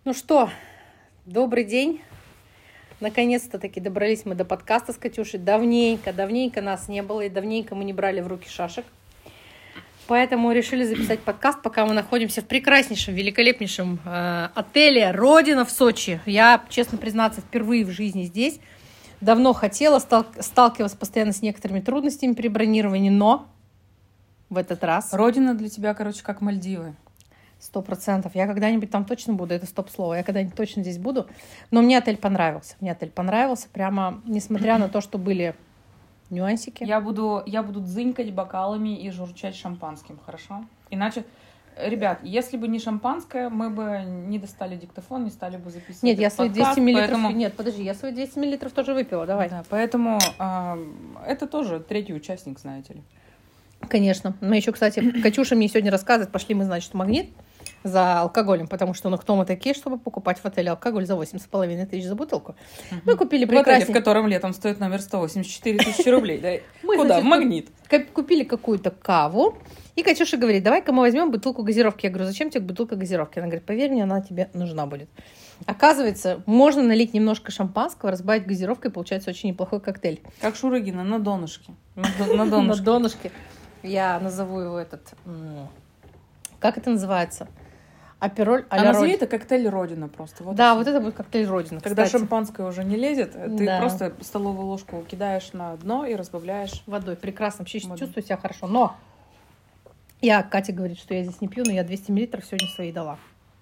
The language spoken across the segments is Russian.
Ну что, добрый день. Наконец-то таки добрались мы до подкаста с Катюшей. Давненько нас не было, и давненько мы не брали в руки шашек. Поэтому решили записать подкаст, пока мы находимся в прекраснейшем, великолепнейшем отеле «Родина» в Сочи. Я, честно признаться, впервые в жизни здесь. Давно хотела, сталкивалась постоянно с некоторыми трудностями при бронировании, но в этот раз... Родина для тебя, как Мальдивы. 100%. Я когда-нибудь там точно буду, это стоп-слово, я когда-нибудь точно здесь буду. Но мне отель понравился. Прямо, несмотря на то, что были нюансики. Я буду дзынькать бокалами и журчать шампанским, хорошо? Иначе, ребят, если бы не шампанское, мы бы не достали диктофон, не стали бы записывать. Нет, я свои 200 миллилитров... Поэтому... Нет, подожди, я свои 200 миллилитров тоже выпила, давай. Да, поэтому это тоже третий участник, знаете ли. Конечно. Мы еще, кстати, Катюша мне сегодня рассказывает, пошли мы, значит, в «Магнит» за алкоголем, потому что, кто мы такие, чтобы покупать в отеле алкоголь за 8,5 тысяч за бутылку. Мы купили прекрасненький... В отеле, в котором летом стоит номер 184 тысячи рублей. Куда? В «Магнит». Купили какую-то каву, и Катюша говорит, давай-ка мы возьмем бутылку газировки. Я говорю, зачем тебе бутылка газировки? Она говорит, поверь мне, она тебе нужна будет. Оказывается, можно налить немножко шампанского, разбавить газировкой, и получается очень неплохой коктейль. Как Шурыгина, на донышке. На донышке. Я назову его как это называется? Апероль а-ля назови это коктейль «Родина» просто. Вот это будет коктейль «Родина». Когда кстати. Шампанское уже не лезет, ты просто столовую ложку кидаешь на дно и разбавляешь водой. Прекрасно, вообще чувствую себя хорошо. Но Катя говорит, что я здесь не пью, но я 200 миллилитров сегодня свои дала.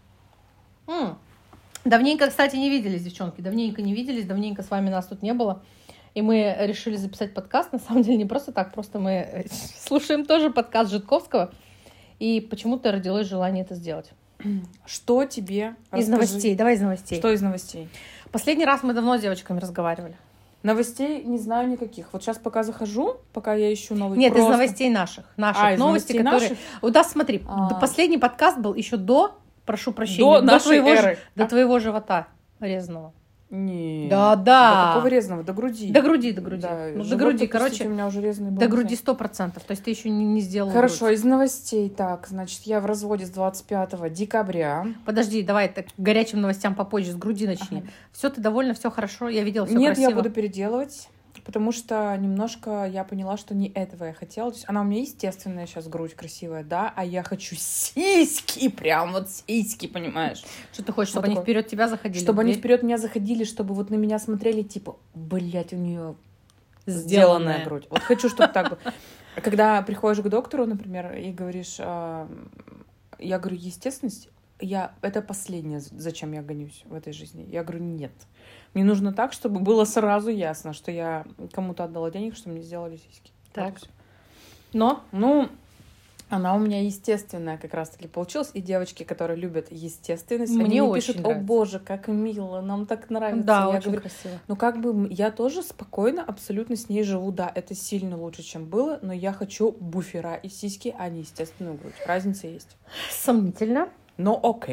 Давненько, кстати, не виделись, девчонки. Давненько с вами нас тут не было. И мы решили записать подкаст. На самом деле не просто так, просто мы слушаем тоже подкаст Житковского. И почему-то родилось желание это сделать. Что тебе? Из новостей. Давай из новостей. Что из новостей? Последний раз мы давно с девочками разговаривали. Новостей не знаю никаких. Вот сейчас пока захожу, пока я ищу новости. Нет, из новостей наших. Наших новости, которые... Наших? Да, смотри, последний подкаст был еще до, прошу прощения, до твоего живота резаного. Нет. Да. До какого резаного? До груди. До груди. Да, до груди, короче. У меня уже резаный был. До груди 100%. То есть ты еще не сделала. Хорошо, грудь. Из новостей. Так, значит, я в разводе с 25 декабря. Подожди, давай так, к горячим новостям попозже, с груди начни. Ага. Все, ты довольна, все хорошо, я видела, все красиво. Нет, я буду переделывать. Потому что немножко я поняла, что не этого я хотела. То есть она у меня естественная сейчас, грудь красивая, да, а я хочу сиськи, прям вот сиськи, понимаешь? Что ты хочешь, чтобы они вперед тебя заходили? Чтобы они вперед меня заходили, чтобы вот на меня смотрели, типа, блять, у нее сделанная грудь. Вот хочу, чтобы так было. Когда приходишь к доктору, например, и говоришь, я говорю, естественность, это последнее, зачем я гонюсь в этой жизни. Я говорю, нет. Мне нужно так, чтобы было сразу ясно, что я кому-то отдала денег, что мне сделали сиськи. Так. Вот. Но? Ну, она у меня естественная как раз-таки получилась. И девочки, которые любят естественность, мне они очень пишут, нравится. О боже, как мило, нам так нравится. Да, я очень говорю, красиво. Ну, как бы я тоже спокойно абсолютно с ней живу. Да, это сильно лучше, чем было, но я хочу буфера и сиськи, а не естественную грудь. Разница есть. Сомнительно. Но окей.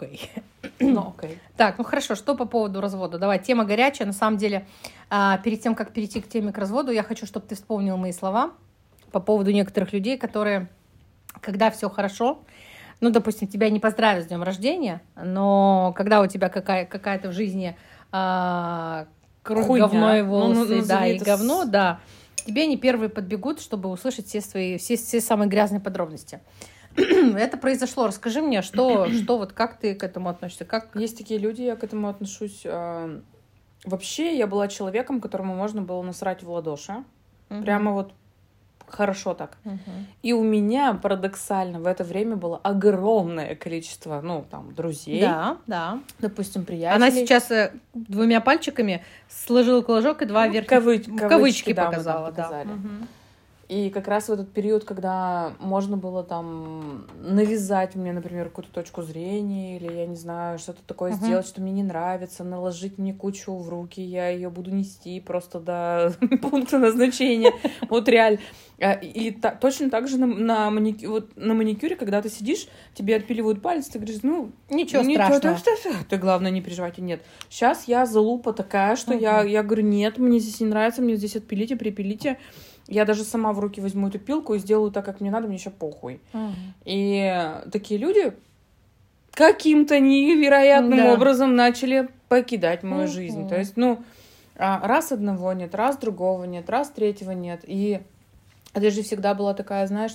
Так, ну хорошо, что по поводу развода? Давай, тема горячая. На самом деле, перед тем, как перейти к теме к разводу, я хочу, чтобы ты вспомнил мои слова по поводу некоторых людей, которые, когда все хорошо, ну, допустим, тебя не поздравят с днем рождения, но когда у тебя какая-то в жизни кровь, говно и волосы, и говно, да, тебе они первые подбегут, чтобы услышать все самые грязные подробности. Это произошло. Расскажи мне, что вот как ты к этому относишься? Как... Есть такие люди, я к этому отношусь. Вообще, я была человеком, которому можно было насрать в ладоши. Прямо вот хорошо так. И у меня парадоксально в это время было огромное количество, друзей. Да. Допустим, приятелей. Она сейчас двумя пальчиками сложила кулачок и два верхних кавычки показала. Да. И как раз в этот период, когда можно было там навязать мне, например, какую-то точку зрения, или, я не знаю, что-то такое сделать, что мне не нравится, наложить мне кучу в руки, я ее буду нести просто до пункта назначения. Вот реально. И точно так же на маникюре, когда ты сидишь, тебе отпиливают палец, ты говоришь, ничего страшного. Ты, главное, не переживайте, нет. Сейчас я залупа такая, что я говорю, нет, мне здесь не нравится, мне здесь отпилите, припилите. Я даже сама в руки возьму эту пилку и сделаю так, как мне надо, мне еще похуй. И такие люди, каким-то невероятным образом начали покидать мою жизнь. То есть, раз одного нет, раз другого нет, раз третьего нет. И это же всегда была такая, знаешь,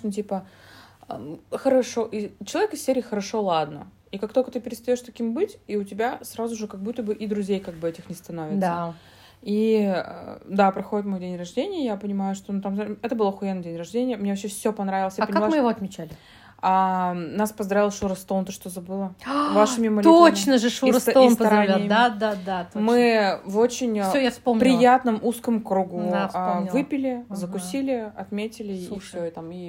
хорошо. И человек из серии «хорошо, ладно». И как только ты перестаешь таким быть, и у тебя сразу же как будто бы и друзей как бы этих не становится. Да. И да, проходит мой день рождения, я понимаю, что это был охуенный день рождения, мне вообще все понравилось. А как мы его отмечали? Нас поздравил Шура Стоун, ты что забыла? Вашими молитвами. Точно же, Шура Стоун поздравлял. Да, точно. Мы в очень приятном узком кругу выпили, закусили, отметили, и все,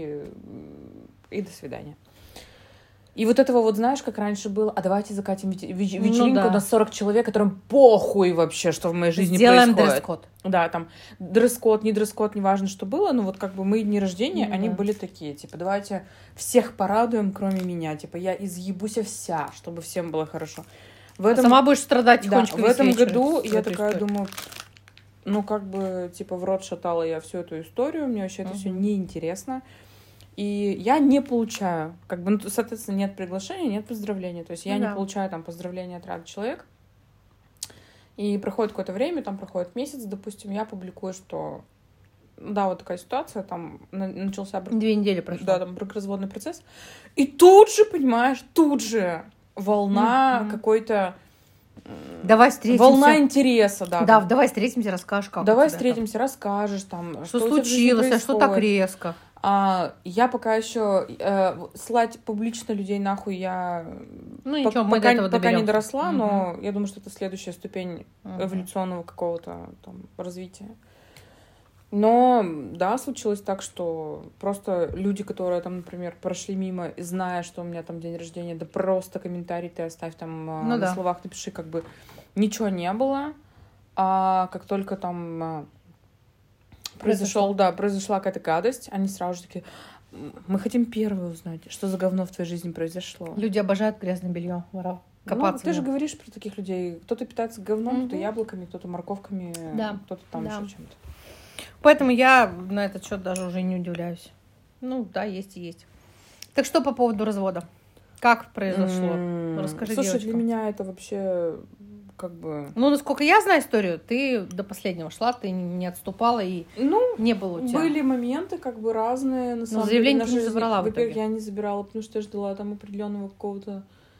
и до свидания. И вот этого знаешь, как раньше было, а давайте закатим вечеринку на 40 человек, которым похуй вообще, что в моей жизни происходит. Сделаем дресс-код. Да, там дресс-код, не дресс-код, неважно, что было, но вот как бы мои дни рождения, они были такие, типа, давайте всех порадуем, кроме меня, типа, я изъебуся вся, чтобы всем было хорошо. Сама будешь страдать тихонечко. В этом году я такая думаю, как бы, типа, в рот шатала я всю эту историю, мне вообще это все неинтересно. И я не получаю, как бы, соответственно, нет приглашения, нет поздравления. То есть я не получаю там поздравления от ряда человек. И проходит какое-то время, там проходит месяц, допустим, я публикую, что да, вот такая ситуация, там начался... 2 недели прошло. Да, там бракоразводный процесс. И тут же, понимаешь, волна какой-то... Давай встретимся. Волна интереса, да. Да, давай встретимся, расскажешь, как давай встретимся, расскажешь, там, что случилось, что так резко. Я пока еще слать публично людей нахуй я пока не доросла, но я думаю, что это следующая ступень эволюционного какого-то там развития. Но да, случилось так, что просто люди, которые там, например, прошли мимо, зная, что у меня там день рождения, да просто комментарий ты оставь там на словах, напиши, как бы ничего не было. А как только там произошла какая-то гадость, они сразу же такие, мы хотим первые узнать, что за говно в твоей жизни произошло. Люди обожают грязное белье, копаться. Ты же говоришь про таких людей. Кто-то питается говном, кто-то яблоками, кто-то морковками, кто-то там еще чем-то. Поэтому я на этот счет даже уже не удивляюсь. Есть и есть. Так что по поводу развода? Как произошло? Расскажи, Слушай, девочкам. Для меня это вообще как бы... насколько я знаю историю, ты до последнего шла, ты не отступала, и не было у тебя. Были моменты как бы разные. На самом заявление деле, ты не забрала в итоге. Во-первых, я не забирала, потому что я ждала там определенного какого-то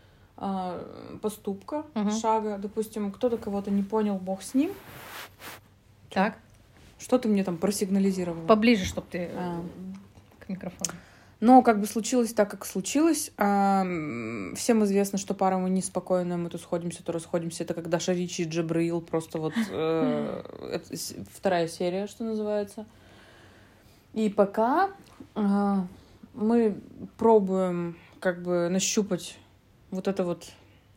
поступка, шага. Допустим, кто-то кого-то не понял, бог с ним. Так. Что ты мне там просигнализировала? Поближе, чтобы ты к микрофону. Но как бы случилось так, как случилось. Всем известно, что пара мы неспокойная, мы то сходимся, то расходимся. Это как Даша Ричи и Джабраил, просто вот это 2-я серия, что называется. И пока мы пробуем как бы нащупать вот это вот...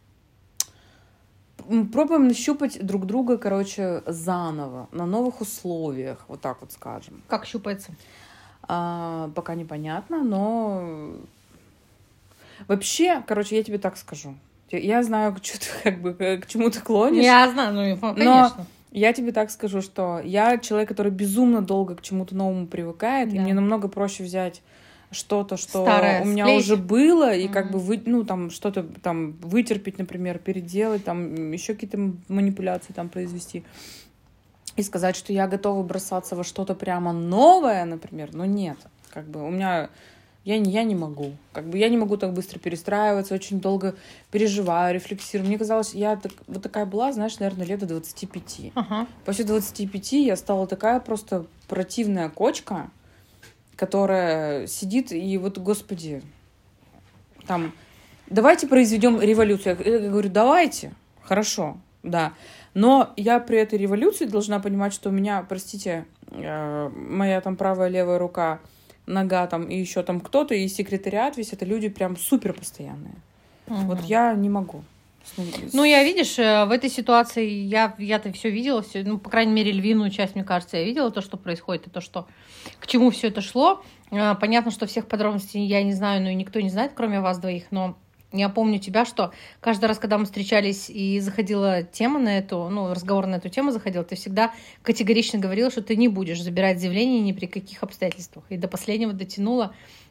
Пробуем нащупать друг друга, заново, на новых условиях, вот так вот скажем. Как щупается? Пока непонятно, но... Вообще, я тебе так скажу. Я знаю, что ты, к чему ты клонишь. Я знаю, конечно. Но я тебе так скажу, что я человек, который безумно долго к чему-то новому привыкает, и мне намного проще взять что-то, что старое, у меня уже было, и как бы что-то там вытерпеть, например, переделать, там еще какие-то манипуляции там произвести. И сказать, что я готова бросаться во что-то прямо новое, например, но нет. Как бы у меня... Я не могу. Я не могу так быстро перестраиваться, очень долго переживаю, рефлексирую. Мне казалось, я вот такая была, знаешь, наверное, лет до 25. После 25 я стала такая просто противная кочка, которая сидит и вот, господи, там, давайте произведем революцию. Я говорю, давайте, хорошо, да. Но я при этой революции должна понимать, что у меня, простите, моя там правая, левая рука, нога там и еще там кто-то, и секретариат весь, это люди прям супер постоянные. Вот я не могу. Я, видишь, в этой ситуации я-то все видела, по крайней мере, львиную часть, мне кажется, я видела то, что происходит, и то, что к чему все это шло. Понятно, что всех подробностей я не знаю, и никто не знает, кроме вас двоих, но я помню тебя, что каждый раз, когда мы встречались и заходила тема на эту, разговор на эту тему заходил, ты всегда категорично говорила, что ты не будешь забирать заявление ни при каких обстоятельствах. И до последнего дотянула.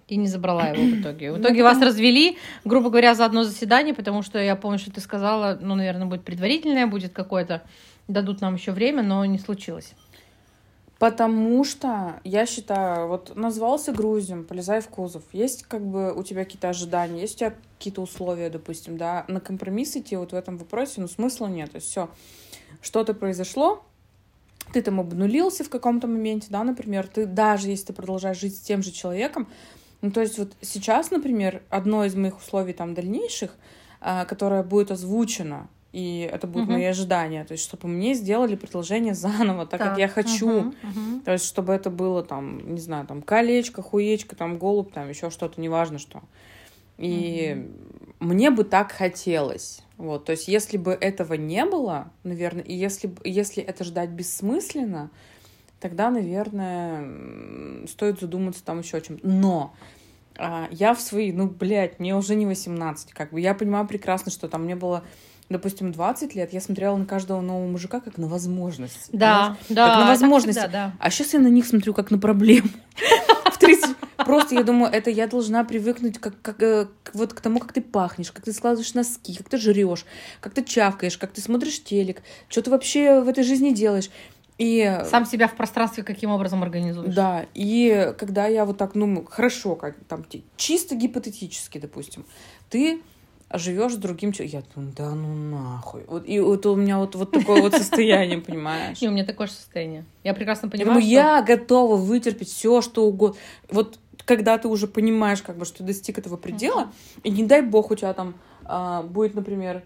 И не забрала его в итоге. В итоге вас развели, грубо говоря, за одно заседание, потому что я помню, что ты сказала, ну, наверное, будет предварительное, будет какое-то, дадут нам еще время, но не случилось. Потому что, я считаю, вот назвался грузем, полезай в кузов. Есть как бы у тебя какие-то ожидания, есть у тебя какие-то условия, допустим, да, на компромисс идти вот в этом вопросе, ну, смысла нет. То есть все, что-то произошло, ты там обнулился в каком-то моменте, да, например, ты даже если ты продолжаешь жить с тем же человеком, ну, то есть вот сейчас, например, одно из моих условий там дальнейших, которое будет озвучено, и это будут мои ожидания, то есть чтобы мне сделали предложение заново, так как я хочу, то есть чтобы это было там, не знаю, там колечко, хуечко, там голубь, там еще что-то, неважно что. И мне бы так хотелось. Вот, то есть если бы этого не было, наверное, и если это ждать бессмысленно, тогда, наверное, стоит задуматься там еще о чем-то. Но я в свои, мне уже не 18, как бы, я понимаю прекрасно, что там мне было, допустим, 20 лет, я смотрела на каждого нового мужика как на возможность. Да, понимаешь? Как на возможность. Да. А сейчас я на них смотрю как на проблему. В 30. Просто я думаю, это я должна привыкнуть вот к тому, как ты пахнешь, как ты складываешь носки, как ты жрешь, как ты чавкаешь, как ты смотришь телек, что ты вообще в этой жизни делаешь. И сам себя в пространстве каким образом организуешь. Да, и когда я вот так, хорошо, как там чисто гипотетически, допустим, ты живешь с другим человеком, я думаю, да ну нахуй. И вот у меня вот такое вот состояние, понимаешь? И у меня такое же состояние. Я прекрасно понимаю, я думаю, я готова вытерпеть все, что угодно. Вот когда ты уже понимаешь, как бы, что ты достиг этого предела, и не дай бог у тебя там будет, например,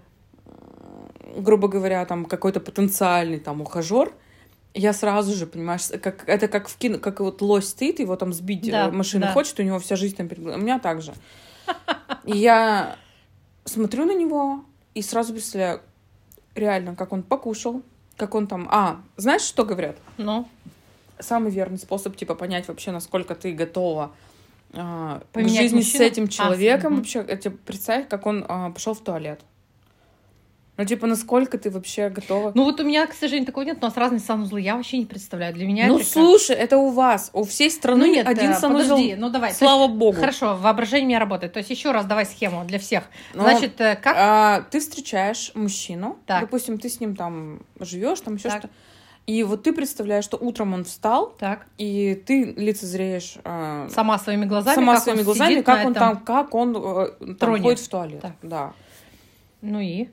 грубо говоря, там какой-то потенциальный там ухажер, я сразу же, понимаешь, это как в кино, как вот лось стоит, его там сбить машина хочет, у него вся жизнь там перед глазами. У меня так же. И я смотрю на него и сразу представляю реально, как он покушал, как он там... знаешь, что говорят? Самый верный способ, типа, понять вообще, насколько ты готова к жизни мужчину? С этим человеком. Вообще, представь, как он пошел в туалет. Ну, типа, насколько ты вообще готова? Ну, вот у меня, к сожалению, такого нет, у нас разные санузлы, я вообще не представляю. Для меня это слушай, это у вас, у всей страны нет, один санузел, подожди, давай. Слава богу. Хорошо, воображение у меня работает. То есть, еще раз давай схему для всех. Значит, как? Ты встречаешь мужчину, допустим, ты с ним там живешь, там еще что-то. И вот ты представляешь, что утром он встал, и ты лицезреешь сама своими глазами, как он там ходит в туалет. Да. Ну и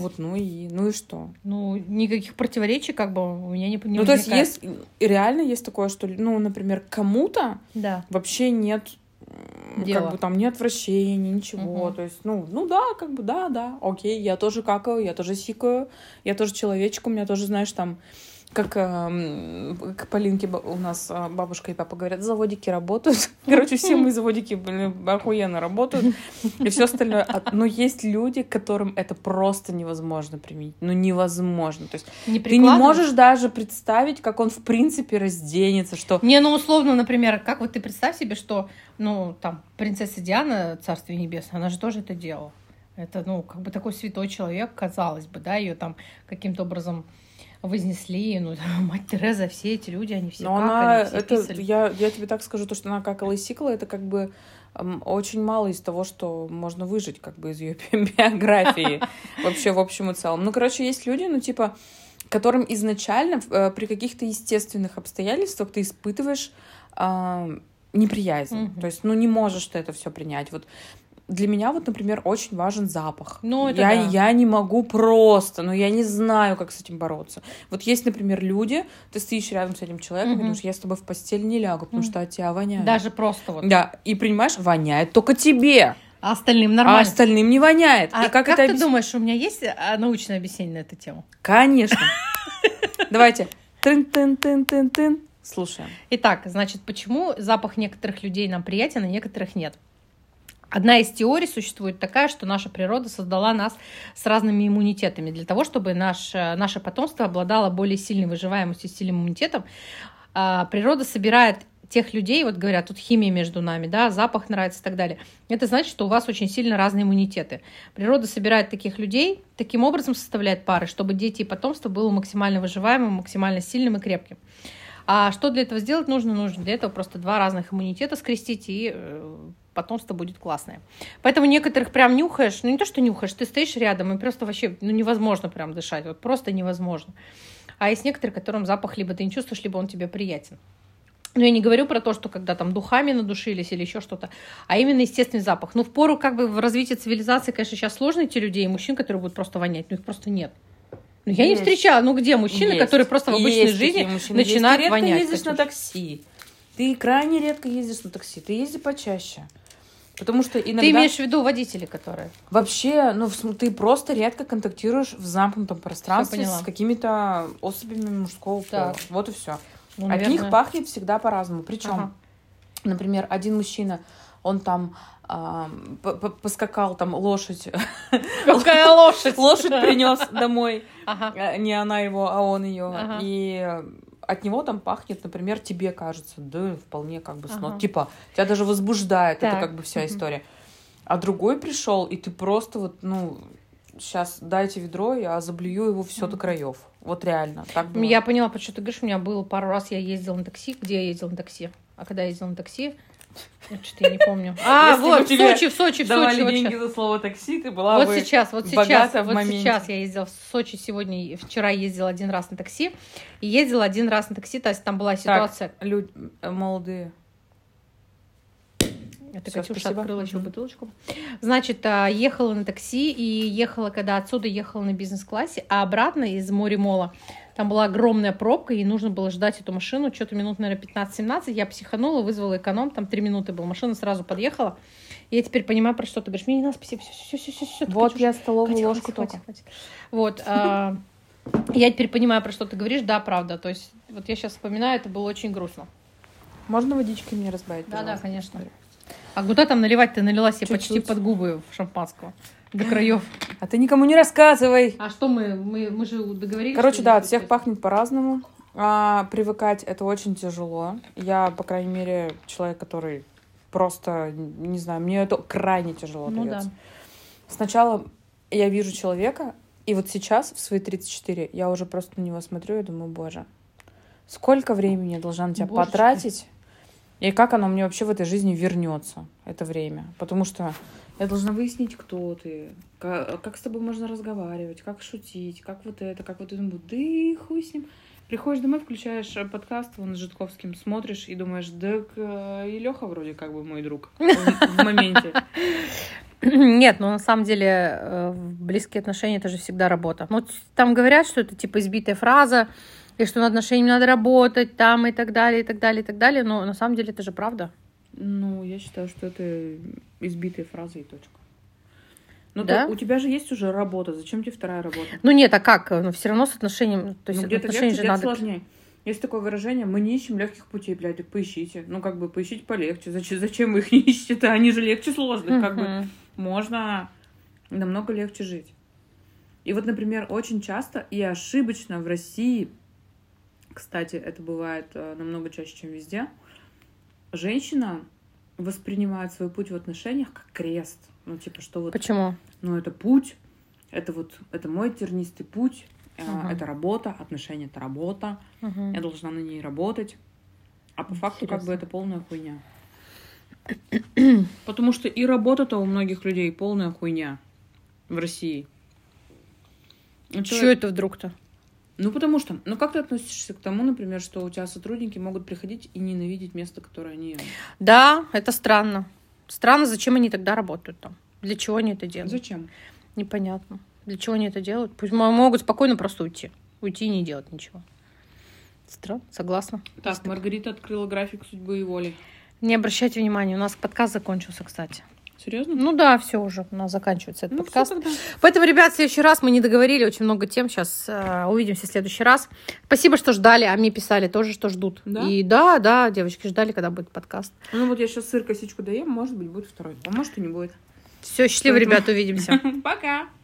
что? Ну, никаких противоречий как бы у меня не возникает. То есть реально есть такое, что, например, кому-то вообще нет как бы там ни отвращения, ничего. То есть, да, окей, я тоже какаю, я тоже сикаю, я тоже человечек, у меня тоже, знаешь, там как к Полинке у нас бабушка и папа говорят, заводики работают. Короче, все мои заводики, охуенно работают. И все остальное. Но есть люди, которым это просто невозможно применить. Невозможно. То есть ты не можешь даже представить, как он в принципе разденется, что... условно, например, как вот ты представь себе, что, там, принцесса Диана, царствие небесное, она же тоже это делала. Это, как бы такой святой человек, казалось бы, да, ее там каким-то образом вознесли, мать Тереза, все эти люди, они все какали, все писали. Я тебе так скажу, то, что она какала и сикала, это как бы очень мало из того, что можно выжить как бы из ее биографии вообще в общем и целом. Есть люди, которым изначально при каких-то естественных обстоятельствах ты испытываешь неприязнь. То есть, не можешь ты это все принять. Вот для меня, например, очень важен запах. Я не могу просто, я не знаю, как с этим бороться. Вот есть, например, люди, ты стоишь рядом с этим человеком, и думаешь, я с тобой в постель не лягу, потому что от тебя воняет. Даже просто вот. Да, и понимаешь, воняет только тебе. А остальным нормально. А остальным не воняет. И как ты думаешь, у меня есть научное объяснение на эту тему? Конечно. Давайте. Тын-тын-тын-тын-тын. Слушаем. Итак, значит, почему запах некоторых людей нам приятен, а некоторых нет? Одна из теорий существует такая, что наша природа создала нас с разными иммунитетами. Для того, чтобы наше потомство обладало более сильной выживаемостью, сильным иммунитетом, природа собирает тех людей, вот говорят, тут химия между нами, да, запах нравится и так далее. Это значит, что у вас очень сильно разные иммунитеты. Природа собирает таких людей, таким образом составляет пары, чтобы дети и потомство было максимально выживаемым, максимально сильным и крепким. А что для этого сделать нужно? Нужно для этого просто два разных иммунитета скрестить и потомство будет классное. Поэтому некоторых прям нюхаешь, ну не то, что нюхаешь, ты стоишь рядом, и просто вообще невозможно прям дышать, вот просто невозможно. А есть некоторые, которым запах либо ты не чувствуешь, либо он тебе приятен. Но я не говорю про то, что когда там духами надушились или еще что-то, а именно естественный запах. Ну, в пору как бы в развитии цивилизации, конечно, сейчас сложно найти людей, мужчин, которые будут просто вонять, но их просто нет. Ну, я не встречала, ну где мужчины, которые просто в обычной жизни начинают вонять? Ты редко ездишь на такси. Ты крайне редко ездишь на такси. Ты езди почаще. Потому что иногда... Ты имеешь в виду водители, которые... Вообще, ну, ты просто редко контактируешь в замкнутом пространстве с какими-то особями мужского пола. Вот и все. Ну, от них пахнет всегда по-разному. Причем, например, один мужчина, он там поскакал, там лошадь. Какая лошадь? Лошадь принес домой. Не она его, а он ее. И от него там пахнет, например, тебе кажется, да, вполне как бы типа, тебя даже возбуждает, это как бы вся история. А другой пришел, и ты просто вот, ну, сейчас дайте ведро, я заблюю его все до краев. Вот реально. Так было. Я поняла, почему ты говоришь, у меня было пару раз, я ездила на такси. Где я ездила на такси? А когда я ездила на такси, что-то я не помню. Вот, в Сочи. Давали деньги за слово такси, ты была вот сейчас я ездила в Сочи сегодня, вчера ездила один раз на такси, и ездила один раз на такси, то есть там была ситуация... Так, люди молодые. Это Катюша открыла еще бутылочку. Значит, ехала на такси, и ехала, когда отсюда ехала на бизнес-классе, а обратно из Моремола там была огромная пробка, и нужно было ждать эту машину, что-то минут, наверное, 15-17. Я психанула, вызвала эконом, там 3 минуты была, машина сразу подъехала. И я теперь понимаю, про что ты говоришь. Мне не надо, спасибо, все. Вот я столовую ложку только. Вот. Я теперь понимаю, про что ты говоришь. Да, правда. То есть, вот я сейчас вспоминаю, это было очень грустно. Можно водички мне разбавить? Да, конечно. А куда там наливать? Ты налила себе почти под губы шампанского. До краев. А ты никому не рассказывай. А что мы же договорились? Короче, да, от всех пахнет по-разному. Привыкать это очень тяжело. Я, по крайней мере, человек, который просто, не знаю, мне это крайне тяжело дается. Да. Сначала я вижу человека, и вот сейчас, в свои 34, я уже просто на него смотрю и думаю, боже, сколько времени я должна на тебя потратить, и как оно мне вообще в этой жизни вернется, это время. Потому что я должна выяснить, кто ты, как с тобой можно разговаривать, как шутить, как вот это, как вот это. Да и хуй с ним. Приходишь домой, включаешь подкаст вон с Житковским, смотришь и думаешь, да и Лёха вроде как бы мой друг в моменте. Нет, ну на самом деле близкие отношения — это же всегда работа. Ну, там говорят, что это типа избитая фраза, и что над отношениями надо работать, там и так далее, и так далее, и так далее. Но на самом деле это же правда. Ну, я считаю, что это избитая фраза и точка. Но да? У тебя же есть уже работа, зачем тебе вторая работа? Ну нет, а как? Ну, все равно с отношениями... То есть где-то легче, где-то сложнее. Есть такое выражение, мы не ищем легких путей, блядь, так поищите. Ну, как бы, поищите полегче. Зачем вы их не ищете? Они же легче сложных. Как бы можно намного легче жить. И вот, например, очень часто и ошибочно в России, кстати, это бывает намного чаще, чем везде, женщина воспринимает свой путь в отношениях как крест. Ну, типа, что вот... Почему? Ну, это путь, это мой тернистый путь, это работа, отношения — это работа, я должна на ней работать. А по факту, как бы, это полная хуйня. Потому что и работа-то у многих людей полная хуйня в России. Чего это вдруг-то? Ну, потому что... Ну, как ты относишься к тому, например, что у тебя сотрудники могут приходить и ненавидеть место, которое они... Да, это странно. Странно, зачем они тогда работают там? Для чего они это делают? Зачем? Непонятно. Для чего они это делают? Пусть могут спокойно просто уйти. Уйти и не делать ничего. Странно, согласна. Так, Маргарита открыла график судьбы и воли. Не обращайте внимания, у нас подкаст закончился, кстати. Серьезно? Ну да, все уже, у нас заканчивается этот подкаст. Поэтому, ребят, в следующий раз мы не договорили очень много тем. Сейчас увидимся в следующий раз. Спасибо, что ждали, а мне писали тоже, что ждут. Да? И да, девочки ждали, когда будет подкаст. Ну вот я сейчас сыр косичку доем, может быть, будет второй. А может и не будет. Все, счастливо, ребят, увидимся. Пока!